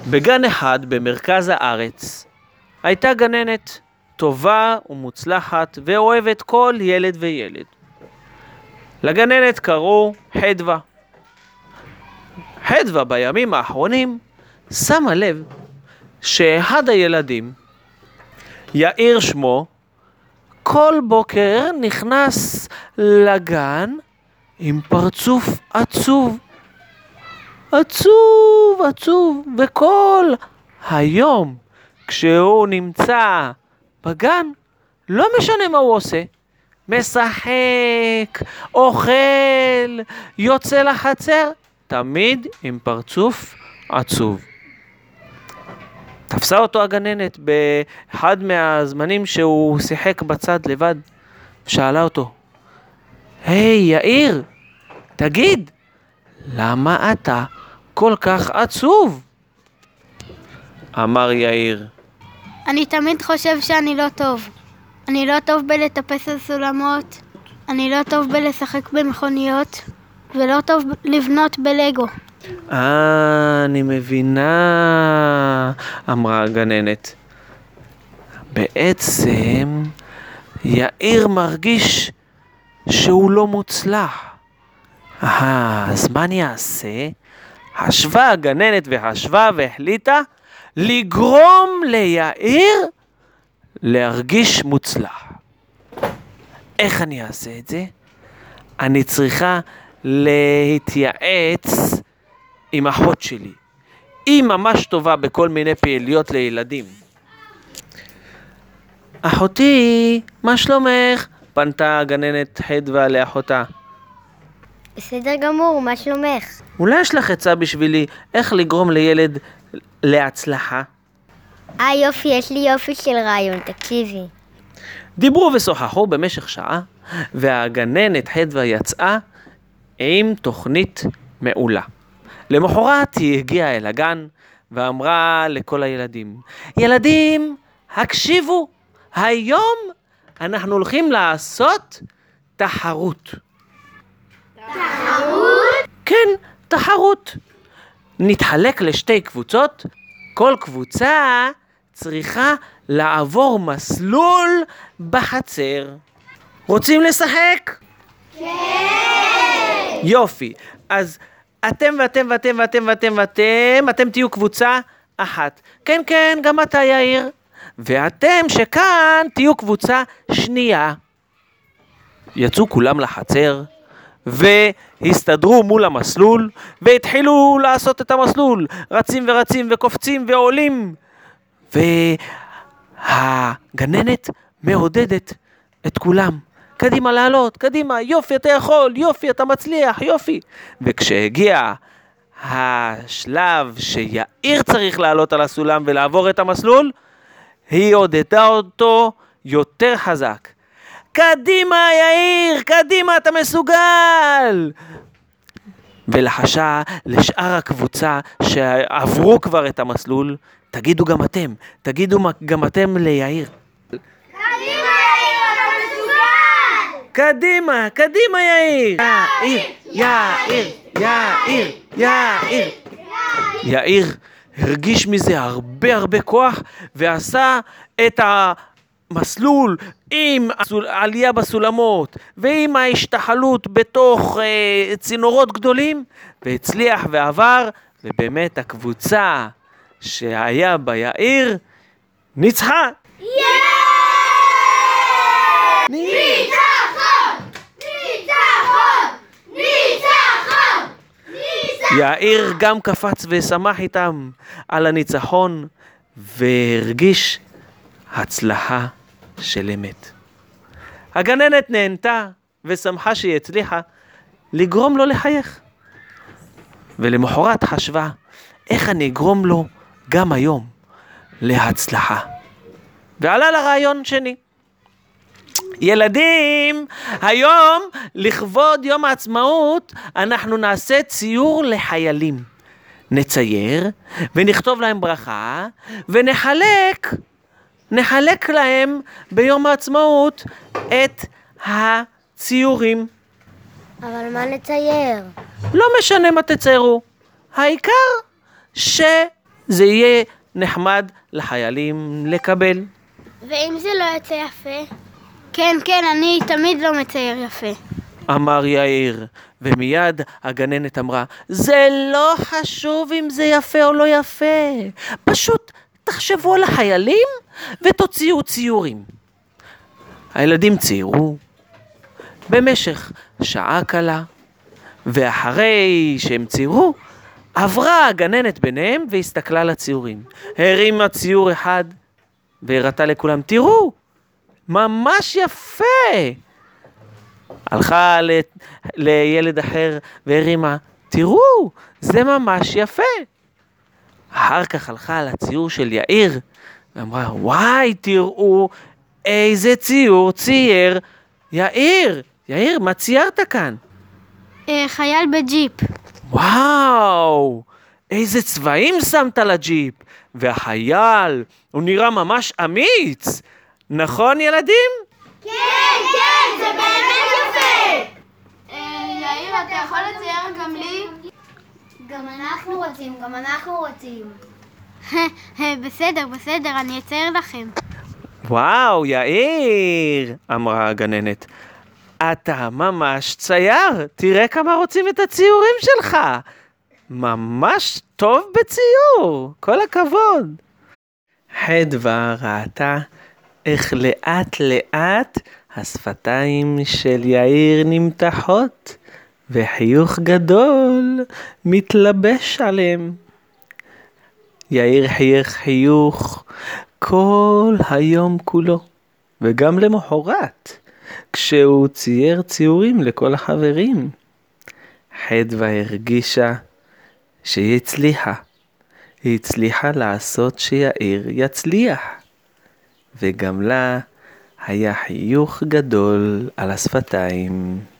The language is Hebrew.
בגן אחד במרכז הארץ הייתה גננת טובה ומוצלחת ואוהבת כל ילד וילד. לגננת קראו חדווה. חדווה בימים האחרונים שמה לב שאחד הילדים, יאיר שמו, כל בוקר נכנס לגן עם פרצוף עצוב. עצוב, עצוב, וכל היום כשהוא נמצא בגן, לא משנה מה הוא עושה, משחק, אוכל, יוצא לחצר, תמיד עם פרצוף עצוב. תפסה אותו הגננת באחד מהזמנים שהוא שיחק בצד לבד, ושאלה אותו, היי יאיר, תגיד, למה אתה כל כך עצוב? אמר יאיר, אני תמיד חושב שאני לא טוב. אני לא טוב בלטפס על סולמות, אני לא טוב בלשחק במכוניות, ולא טוב לבנות בלגו. אני מבינה, אמרה הגננת. בעצם יאיר מרגיש שהוא לא מוצלח. אז מה אני אעשה? חשבה הגננת וחשבה והחליטה לגרום ליאיר להרגיש מוצלח. איך אני אעשה את זה? אני צריכה להתייעץ עם אחות שלי. היא ממש טובה בכל מיני פעילויות לילדים. אחותי, מה שלומך? פנתה הגננת חדווה לאחותה. בסדר גמור, מה שלומך? אולי יש לך עצה בשבילי איך לגרום לילד להצלחה? יופי, יש לי יופי של רעיון, תקשיבי. דיברו ושוחחו במשך שעה, והגננת חדווה יצאה עם תוכנית מעולה. למחרת היא הגיעה אל הגן ואמרה לכל הילדים, ילדים, הקשיבו, היום אנחנו הולכים לעשות תחרות. תחרות? כן, תחרות. נתחלק לשתי קבוצות, כל קבוצה צריכה לעבור מסלול בחצר. רוצים לשחק? כן! יופי, אז אתם ואתם ואתם ואתם ואתם ואתם, אתם תהיו קבוצה אחת. כן, כן, גם אתה יאיר. ואתם שכאן תהיו קבוצה שנייה. יצאו כולם לחצר והסתדרו מול המסלול והתחילו לעשות את המסלול. רצים ורצים וקופצים ועולים. והגננת מעודדת את כולם. קדימה לעלות, קדימה, יופי אתה יכול, יופי אתה מצליח, יופי. וכשהגיע השלב שיאיר צריך לעלות על הסולם ולעבור את המסלול, היא עודדה אותו יותר חזק. קדימה יאיר, קדימה אתה מסוגל. ולחשה לשאר הקבוצה שעברו כבר את המסלול, תגידו גם אתם, תגידו גם אתם ליאיר. קדימה יאיר, אתה מסוגל! קדימה, קדימה יאיר. יאיר, יאיר, יאיר. יאיר הרגיש מזה הרבה כוח ועשה את המסלול עם עלייה בסולמות ועם ההשתחלות בתוך צינורות גדולים, והצליח ועבר, ובאמת הקבוצה שהיה ביאיר ניצחה. יאיר גם קפץ ושמח איתם על הניצחון והרגיש הצלחה של אמת. הגננת נהנתה ושמחה שהיא הצליחה לגרום לו לחייך. ולמחרת חשבה, איך אני אגרום לו גם היום להצלחה. ועלה לרעיון שני. ילדים, היום לכבוד יום העצמאות אנחנו נעשה ציור לחיילים. נצייר ונכתוב להם ברכה ונחלק להם ביום העצמאות את הציורים. אבל מה נצייר? לא משנה מה תציירו, העיקר זה יהיה נחמד לחיילים לקבל. ואם זה לא יצא יפה? כן, אני תמיד לא מצייר יפה. אמר יאיר, ומיד הגננת אמרה, זה לא חשוב אם זה יפה או לא יפה, פשוט תחשבו על החיילים ותוציאו ציורים. הילדים ציירו במשך שעה קלה, ואחרי שהם ציירו, עברה הגננת ביניהם והסתכלה לציורים. הרימה ציור אחד והראתה לכולם, תראו, ממש יפה. הלכה לילד אחר והרימה, תראו, זה ממש יפה. אחר כך הלכה לציור של יאיר, ואמרה, וואי, תראו איזה ציור צייר יאיר. יאיר, מה ציירת כאן? חייל בג'יפ. וואו, איזה צבעים שמת לג'יפ. והחייל, הוא נראה ממש אמיץ. נכון, ילדים? כן, זה באמת יפה. יאיר, אתה יכול לצייר גם לי? גם אנחנו רוצים. בסדר, אני אצייר לכם. וואו, יאיר, אמרה הגננת. אתה ממש צייר, תראה כמה רוצים את הציורים שלך. ממש טוב בציור, כל הכבוד. חדווה ראתה איך לאט לאט השפתיים של יאיר נמתחות, וחיוך גדול מתלבש עליהם. יאיר חייך חיוך כל היום כולו, וגם למחרת, כשהוא צייר ציורים לכל החברים. חדווה הרגישה שהיא הצליחה. היא הצליחה לעשות שיאיר יצליח. וגם לה היה חיוך גדול על השפתיים.